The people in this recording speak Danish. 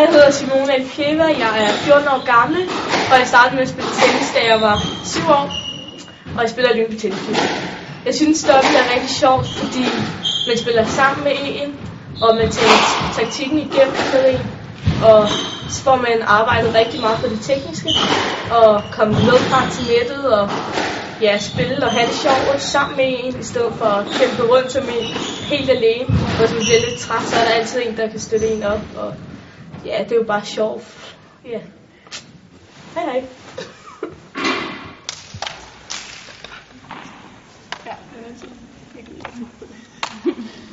Jeg hedder Simone Alfieva, jeg er 14 år gammel, og jeg startede med at spille tennis, da jeg var 7 år, og jeg spiller Lyngby Tennisklub. Jeg synes, dobbelt er rigtig sjovt, fordi man spiller sammen med en, og man tager taktikken igennem med en, og så får man arbejdet rigtig meget på det tekniske, og komme med frem til nettet, og ja, spille og have det sjovt sammen med en, i stedet for at kæmpe rundt som en helt alene. Og hvis man bliver lidt træt, så er der altid en, der kan støtte en op, og ja, det er jo bare sjovt. Ja. Hej hej. Ja, det er